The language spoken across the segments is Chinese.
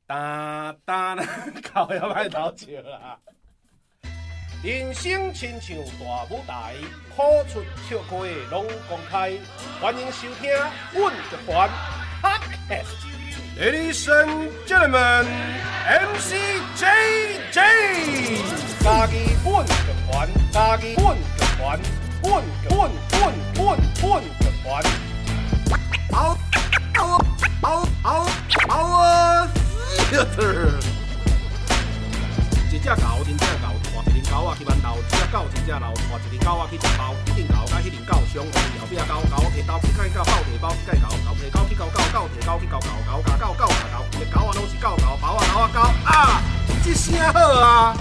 哒哒啦，靠也歹偷笑啦。人生亲像大舞台，苦出笑开拢公开。欢迎收听《阮乐团 Podcast》。Ladies and gentlemen, MC JJ， 家己阮乐团，家己阮乐团，阮乐团。Theater。一只狗，真正狗，带一只狗仔去馒头；一只狗，真正老，带一只狗仔去食包。一阵狗甲迄阵狗相互后壁狗，狗摕刀去甲狗，豹摕包去甲狗，狗摕狗去搞狗，狗摕狗去搞狗，狗甲狗，狗甲狗，伊个狗仔拢是狗，包仔狗仔狗啊！这声好啊！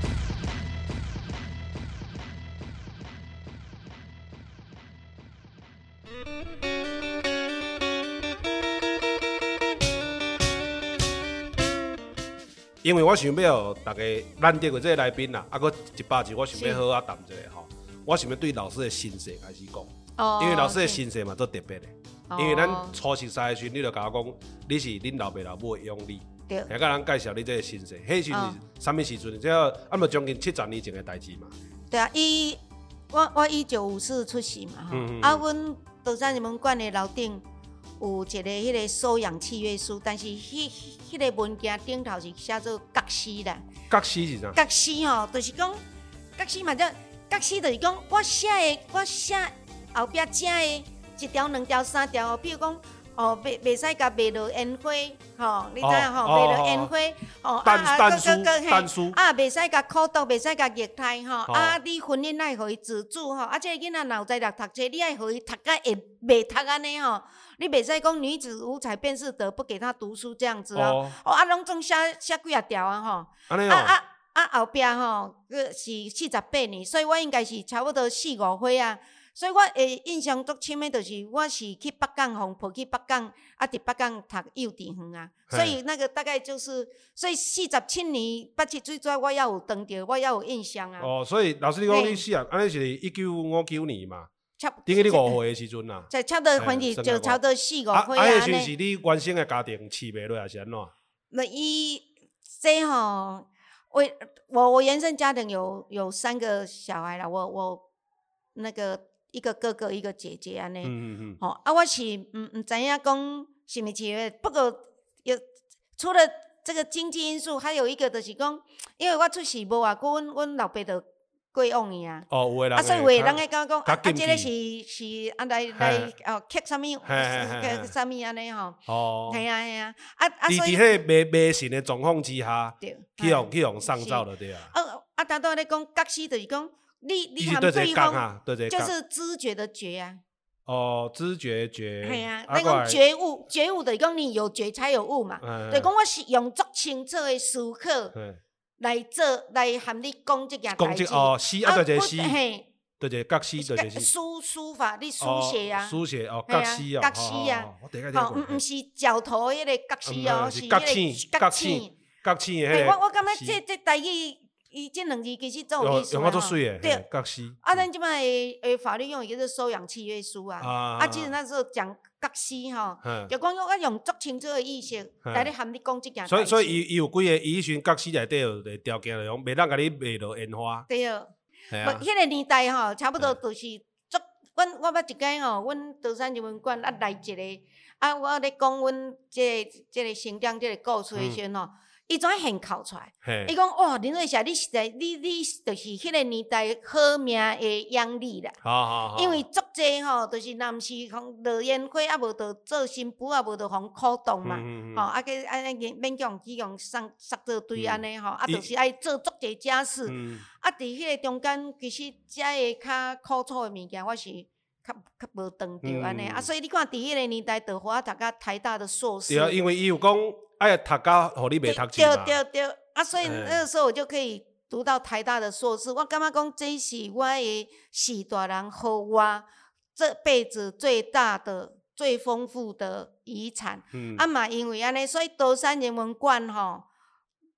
因为我想要大家难得的这个来宾啦，搁一百集，我想要好好谈一下吼。我想要对老师的身世开始讲，因为老师的身世嘛做特别的。因为咱初识识的时，你就甲我讲，你是恁老爸老母的养女，还甲咱介绍你这个身世。迄时阵是啥物时阵？这按照将近70年前的代志嘛。 对啊，我1954出世嘛吼，阮中山人文馆的楼顶有一个迄个收养契约书，但是迄个文件顶头是写做角诗啦。 角诗是啥？ 角诗吼，就是讲角诗嘛，角诗就是讲我写后壁正的1条、2条、3条吼，比如讲袂使甲卖落烟花吼，你知影吼，卖落烟花吼， 单书袂使甲苦毒，袂使甲虐待吼，你婚姻爱互伊自主吼，这个囡仔若有在读册，你爱互伊读甲会袂读安尼吼。你袂使讲女子无才便是德，不给她读书这样子哦。拢总写几啊条啊吼。后壁吼，是48年，所以我应该是差不多4、5岁啊。所以我会印象足深的，就是我是去北港互抱去北港，伫北港读幼稚园啊。所以那个大概就是，所以47年87岁左右，我也有当着，我也有印象啊。 所以老师你讲你死啊，安尼是1959年嘛？等于你5岁的时阵啦， 差不多反正就差不多4、5岁啊。 迄时阵是你原生的家庭饲袂落，还是安怎？ 那这吼，我原生家庭有3个小孩啦，我那个一个哥哥一个姐姐安尼。我是唔知影讲是毋是，不过有除了这个经济因素，还有一个就是讲，因为我出世无偌久，阮老爸就过往去啊， 有的人所以有的人会讲这个是来刻啥物，啥物安尼吼，系啊，所以伫迄迷信的状况之下，去用上照了对啊。 大多咧讲角诗就是讲，你含对方就是知觉的觉啊。 知觉。 系啊，你讲觉悟就是讲你有觉才有悟嘛。就是讲我是用足清楚的思考。来含你讲这件代志。 诗就是诗，就是角诗，就是书法，你书写啊。 书写角诗啊。 角诗啊。唔是教徒迄个角诗哦，是迄个角篆。 角篆的迄个。 我感觉这台语，伊这2字其实都有意思。 用足水的。对，角诗。 咱即摆的法律用语就是收养契约书啊。其实那时候讲角诗吼，就讲我用足清楚的意识来咧含你讲这件代志。 所以伊有几个伊迄阵角诗内底有个条件，就讲袂当甲你卖落烟花。 对哦。迄个年代吼，差不多就是足。我捌一摆吼，阮中山人文馆来一个，我咧讲阮这个成长这个故事的时阵吼。伊怎现考出来？伊讲哇，林瑞霞，你实在你就是迄个年代好命的养女啦。因为足济吼，就是男士互落烟花，无就做新妇，无就互苦动嘛。去安尼勉强去用杀做堆安尼吼，就是爱做足济家事。伫迄个中间，其实遮个较苦楚的物件，我是较无当着安尼。所以你看，伫迄个年代，就互我读到台大的硕士。 对啊，因为伊有讲。读到，互你袂读书嘛。 对，所以那个时候我就可以读到台大的硕士。我感觉讲这是我的4大人，互我这辈子最大的、最丰富的遗产。嘛，因为安尼，所以中山人文馆吼，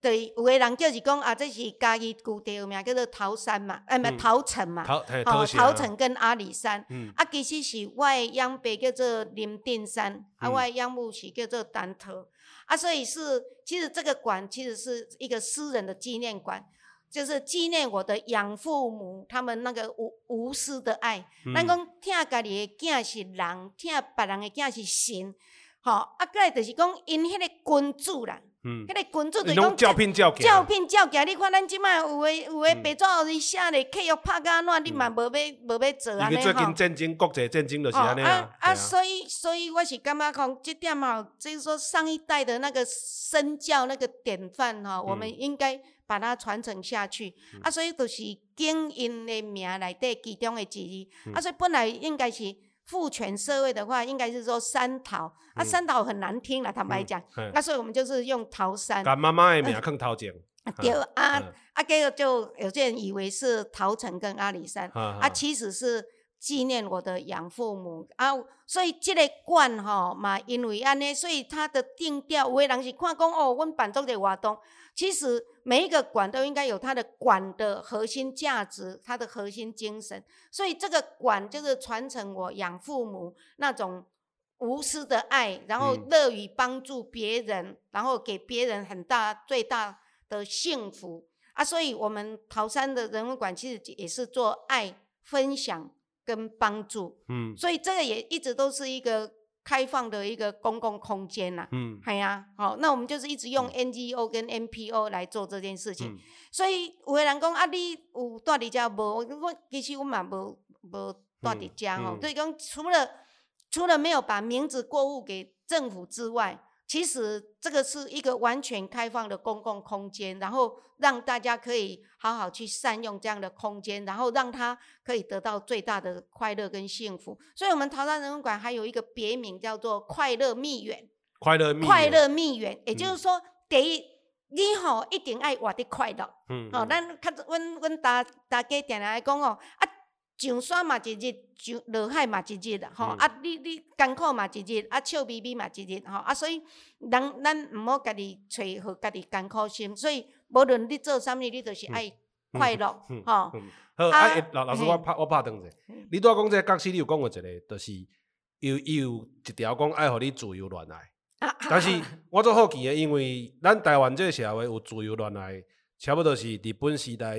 对，有的人就是讲啊，这是嘉义古地有名叫做桃山嘛，桃城嘛，桃城跟阿里山。啊，其实是我的养爸叫做林定山，啊，我的养母是叫做丹桃。啊，所以其实这个馆其实是一个私人的纪念馆，就是纪念我的养父母他们那个无私的爱。咱讲疼家己的囝是人，疼别人的囝是神。啊，再来就是讲因迄个君主啦。迄个君主就是讲照拼照行，你看咱即摆有诶白纸黑字写咧契约拍甲安怎，你嘛无要做安尼吼。 最近战争，国际战争就是安尼啊，所以我是感觉讲这点就是说上一代的那个身教那个典范我们应该把它传承下去。啊，所以就是经因的名内底其中的一字。啊，所以本来应该是。父权社会的话，应该是说山桃啊，山桃很难听啦，坦白讲。那所以我们就是用桃山。 把妈妈的名放头前。 对啊，这个就有些人以为是桃城跟阿里山，其实是纪念我的养父母啊。所以这个馆嘛，因为安尼，所以它的定调，有的人是看讲哦，阮办做个活动。其实每一个馆都应该有它的馆的核心价值，它的核心精神。所以这个馆就是传承我养父母那种无私的爱，然后乐于帮助别人，然后给别人最大的幸福啊。所以我们桃山的人文馆其实也是做爱、分享跟帮助。所以这个也一直都是一个开放的一个公共空间啦。系啊，好，那我们就是一直用 NGO 跟 NPO 来做这件事情。所以有的人讲啊，你有住伫遮无？其实我嘛无住伫遮所以讲除了没有把名字过户给政府之外，其实这个是一个完全开放的公共空间，然后让大家可以好好去善用这样的空间，然后让它可以得到最大的快乐跟幸福。所以我们桃山人文馆还有一个别名叫做快乐蜜园。快乐蜜园，也就是说第一你一定要活得快乐。阮大家定定来讲上山嘛一日，落海嘛一日你艰苦嘛一日，笑眯眯嘛一日所以咱毋好家己找互家己艰苦心，所以无论你做啥物，你就是爱快乐好， 老师我拍断者，你拄仔讲这个角色，你有讲过一个，就是有一条讲爱互你自由恋爱，但是我做好奇的，因为咱台湾这个社会有自由恋爱，差不多是日本时代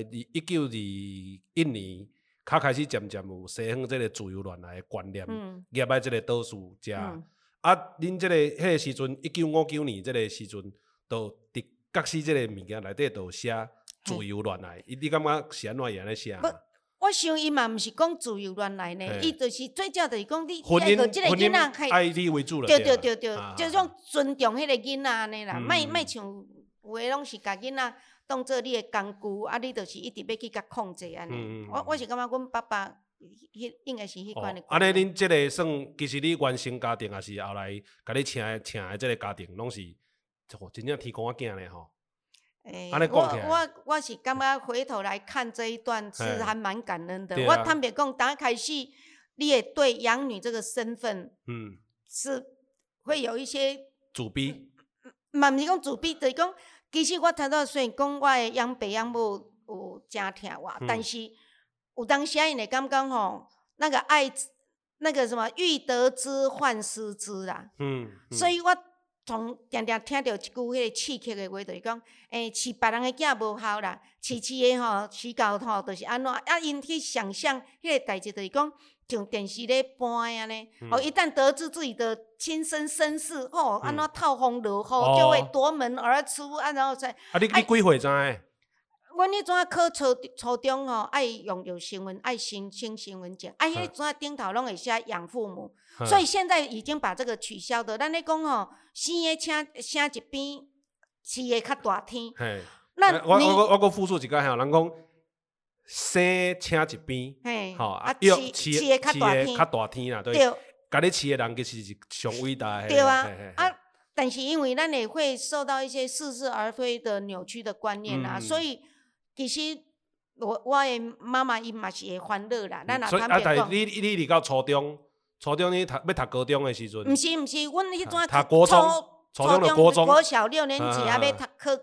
1921年。较开始渐渐有西方这个自由恋爱的观念，入来这个岛屿遮。恁这个迄个时阵，1959年这个时阵，就伫角丝这个物件内底就写自由恋爱。你感觉是安怎样咧写？ 我想伊嘛毋是讲自由恋爱呢，伊就是最少就是讲你婚姻这个囡仔爱你为主了。 对，就是讲尊重迄个囡仔安尼啦，莫像有诶拢是甲囡仔。当做你的工具，你就是一直要去甲控制安尼。我是感觉阮爸爸应该是迄款的。 安尼恁即个算，其实你原生家庭也是后来甲你请的即个家庭，拢是真正天公仔囝咧吼。安尼讲起来， 我是感觉回头来看这一段是还蛮感恩的。我坦白讲，刚开始你也对养女这个身份，是会有一些自卑。 嘛毋是讲自卑，就是讲。其实我头拄虽然讲我的养爸养母有真疼我，但是有当时因会感觉那个爱那个什么欲得之患失之啦。所以我常常听到一句迄个刺激的话，就是讲，饲别人的囝无效啦，饲的饲到就是安怎因去想象迄个代志，就是讲。像电视咧播安尼，一旦得知自己的亲生身世，安怎透风落雨就会夺门而出，然后再。 你几岁知？ 阮迄阵考初中爱用着身份，爱申身份证，迄阵顶头拢会写养父母，所以现在已经把这个取消的。咱咧讲生的请一边，饲的较大天。 我搁复述一个人讲。生请一边，饲的较大天啦，对，甲你饲的人其实是上伟大的。 对但是因为咱也会受到一些似是而非的扭曲的观念所以其实我的妈妈伊嘛是会烦恼啦。咱所以但是你入到初中你要读高中的时阵，毋是， 阮迄阵读国中，初中就国中， 国小6年级要读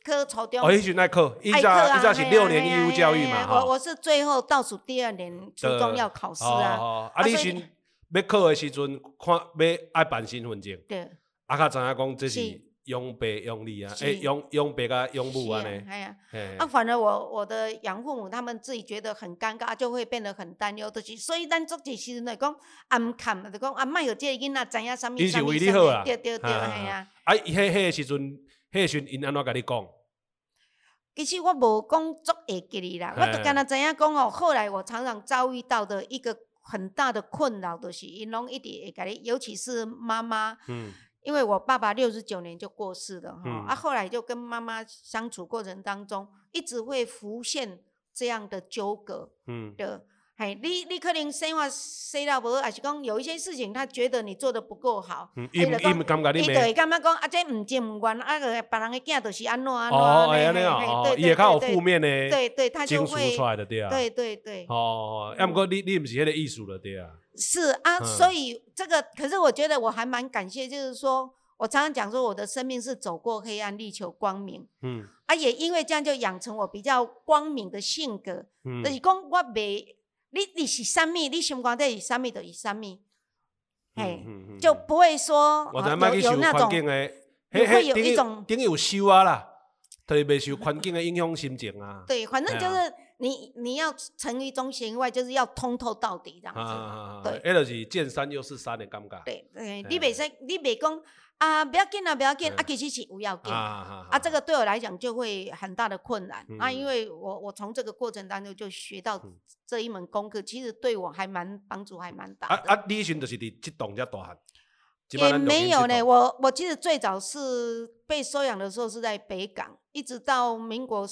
考初中。 迄阵爱考，伊早是6年义务教育嘛。 我是最后倒数第2年初中要考试啊。 你时要考的时阵，看要爱办身份证。 对。 较知影讲这是养爸养你啊，养爸甲养母安尼。 反而我的养父母他们自己觉得很尴尬，就会变得很担忧，就是所以咱做这时阵来讲，毋看就讲莫互这个囡仔知影啥物。 伊是为你好啦。 对，系啊。 迄个时阵因安怎甲你讲？ 其实我无讲足会记哩啦，我就干那知影讲哦。后来我常常遭遇到的一个很大的困扰，就是因拢一直会甲你，尤其是妈妈。因为我爸爸69年就过世了后来就跟妈妈相处过程当中，一直会浮现这样的纠葛。你可能生活生到无，还是讲有一些事情他觉得你做的不够好， 伊就会感觉讲这唔情唔愿，别人的囝就是安怎安怎，伊会较有负面的， 对，他就会出来的对啊， 对。 不过你唔是迄个意思了对啊。 是啊，所以这个，可是我觉得我还蛮感谢，就是说我常常讲说我的生命是走过黑暗，力求光明。也因为这样就养成我比较光明的性格。就是讲我袂。你是啥物？你心肝底是啥物就是啥物，就不会说有那种，会有一种等于有收啊啦，就是袂受环境的影响心情啊。 对，反正就是你要成于中心外，就是要通透到底这样子。 对，迄就是见山又是山的感觉。 对，你袂使，你袂讲。不要紧啊，不要紧其实是有要紧这个对我来讲就会很大的困难因为我从这个过程当中就学到这一门功课，其实对我还蛮帮助，还蛮大的。 你迄阵就是伫这栋遮大汉？ 也没有呢，我其实最早是被收养的时候是在北港，一直到民国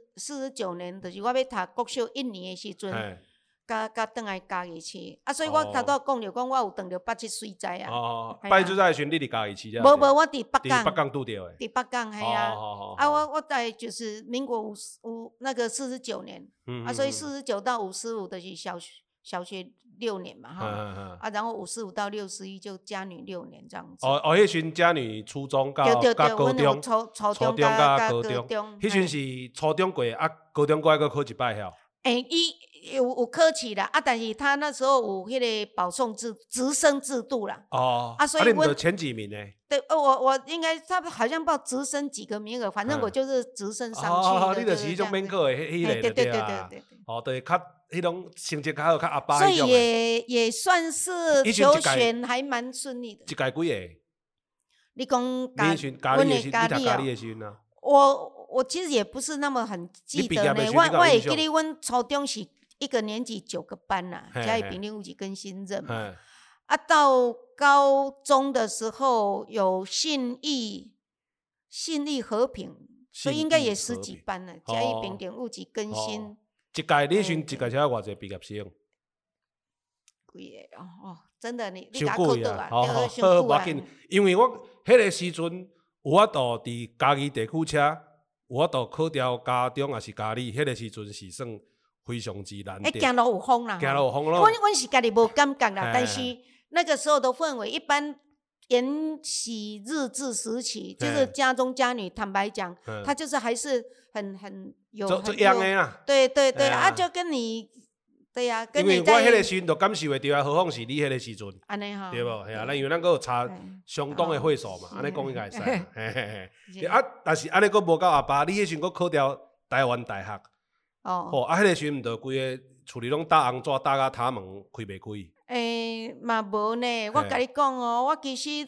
49年，就是我要读国小1年的时阵。甲转来家己市所以我头拄讲着讲，我有转着8、7岁在拜祖在时阵，你伫家己市无，我伫北港。 伫北港拄着的。 伫北港我在就是民国那个49年所以49到55就是小学6年嘛然后55到61就家女6年这样子。 迄阵家女初中到高中， 初中到高中，迄阵是初中过高中过还阁考一摆晓。 伊有考试啦但是他那时候有迄个保送直升制度啦所以你前几名呢？ 对我应该他好像报直升几个名额，反正我就是直升上去的。 你就是迄种免考的迄个对啊。对，较迄种成绩较好，较阿爸迄种。所以也算是求选还蛮顺利的。 一届几个？ 你讲咖喱的时阵啊？ 我其实也不是那么很记得呢。我会记得阮初中是1个年级9个班啦，嘉义平林五级跟新任嘛。到高中的时候有信义和平，所以应该也10几班了。嘉义平林五级更新。 一届你选一届才偌济毕业生？ 几个真的你甲考倒啊？无要紧，因为我迄个时阵有法度伫嘉义地区车。有法度考调家中也是家里，迄个时阵是算非常之难的。 行路有风啦， 行路有风咯。 阮是家己无感觉啦，但是那个时候的氛围，一般延禧日治时期，就是家中家女，坦白讲，他就是还是很有做样的啦。 对就跟你。对啊， 因为我迄个时阵就感受会到何况是你迄个时阵， 安尼吼， 对无？因为咱佫有差相当的岁数嘛，安尼讲应该会使。但是安尼佫无够阿爸，你迄时阵佫考调台湾大学，迄个时阵毋着规个厝里拢搭红纸，搭甲塔门开袂开。 嘛无呢，我甲你讲我其实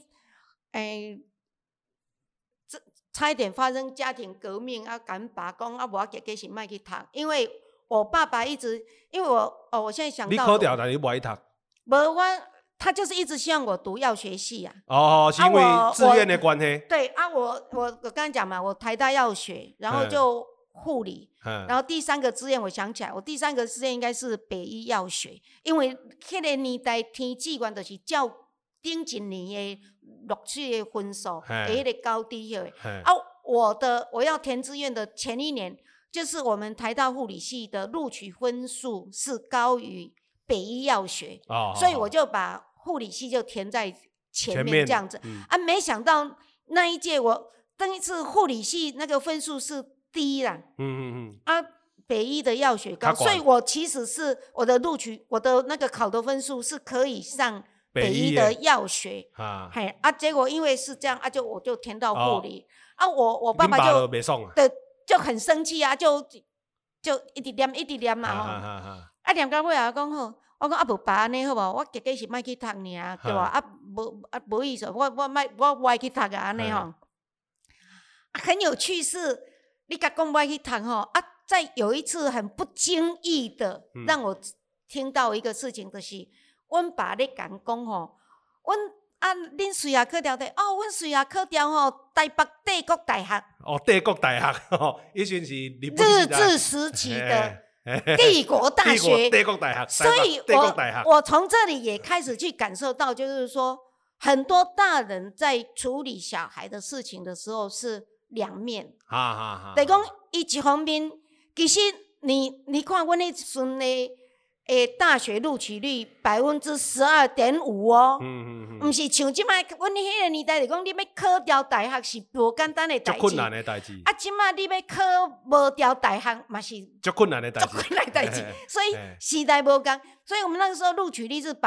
差一点发生家庭革命敢爸讲无要紧，其实莫去读，因为。我爸爸一直，因为我现在想到， 你考掉了，你不爱读？ 无他就是一直希望我读药学系是因为志愿的关系。 对我刚才讲嘛，我台大药学，然后就护理，然后第3个志愿我想起来，我第3个志愿应该是北医药学，因为迄个年代天志愿就是照顶一年的录取的分数的迄个高低的我要填志愿的前1年。就是我们台大护理系的录取分数是高于北医药学，所以我就把护理系就填在前面这样子没想到那一届我等于是护理系那个分数是低啦，北医的药学高，所以我其实是我的录取，我的那个考的分数是可以上北医的药学，结果因为是这样我就填到护理，我爸爸就就很生气啊，就一直念嘛念到尾啊讲好，我讲无爸安尼好无，我家己是莫去读尔，对吧？无意思，我歪去读啊安尼吼，很有趣是，你甲讲歪去读吼在有一次很不经意的，让我听到一个事情，就是阮爸咧讲吼，恁随也考调的阮随也考调吼，台北帝国大学。 帝国大学以前是日治时期的帝国大学， 帝国大学。 所以我从这里也开始去感受到，就是说，很多大人在处理小孩的事情的时候是两面。等于讲，伊一方面。其实你看，阮那阵的大学录取率12.5%哦，唔是像即摆，阮迄个年代就讲，你要考调大学是无简单的代志， 足困难的代志。 即摆你要考无调大学嘛是足困难的代志，所以时代无同，所以我们那个时候录取率是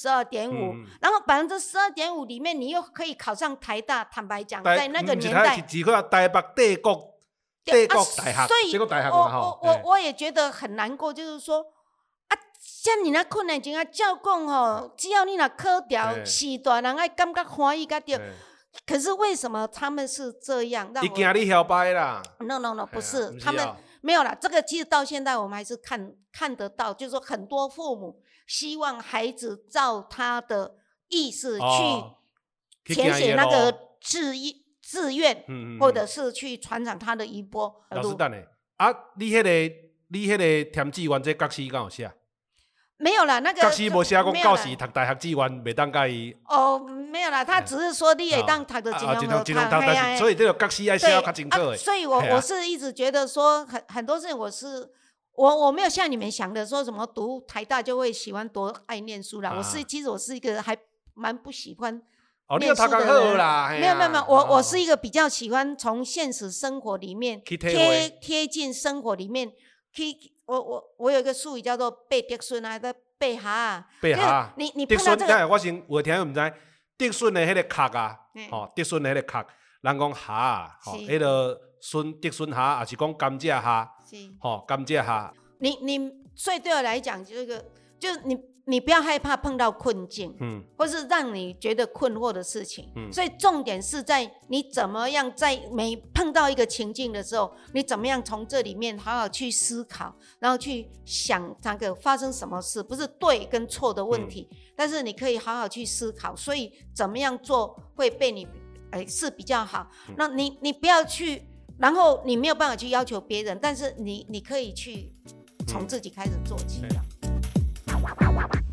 12.5%，然后12.5%里面你又可以考上台大，坦白讲，在那个年代， 只考台北帝国大学， 所以我也觉得很难过，就是说像你那困难情况，照讲只要你若考调，是大人爱感觉欢喜甲对。可是为什么他们是这样？ 你惊你晓歹啦 ？No， 不是，他们没有啦。这个其实到现在我们还是看得到，就是说很多父母希望孩子照他的意思去填写那个志愿，或者是去传承他的衣钵。 老师等下你迄个填志愿这教师敢有写？ 没有啦，那个教师无写讲教师读大学志愿袂当甲伊。 没有啦，他只是说你会当读的尽量读， 所以这个教师要写较清楚的。 所以我是一直觉得说很多事情我没有像你们想的说什么读台大就会喜欢多爱念书啦。其实我是一个还蛮不喜欢。 你有读较好啦， 没有，我是一个比较喜欢从现实生活里面贴近生活里面我有一个术语叫做背竹笋啊，背哈。你碰到这个， 我先有听唔知竹笋的迄个壳啊，竹笋的迄个壳，人讲虾啊，迄个竹笋虾，也是讲甘蔗虾，甘蔗虾。 所以对我来讲，就是你不要害怕碰到困境，或是让你觉得困惑的事情，所以重点是在你怎么样在每碰到一个情境的时候，你怎么样从这里面好好去思考，然后去想那个发生什么事，不是对跟错的问题，但是你可以好好去思考，所以怎么样做会被你是比较好。那你不要去，然后你没有办法去要求别人，但是你可以去从自己开始做起。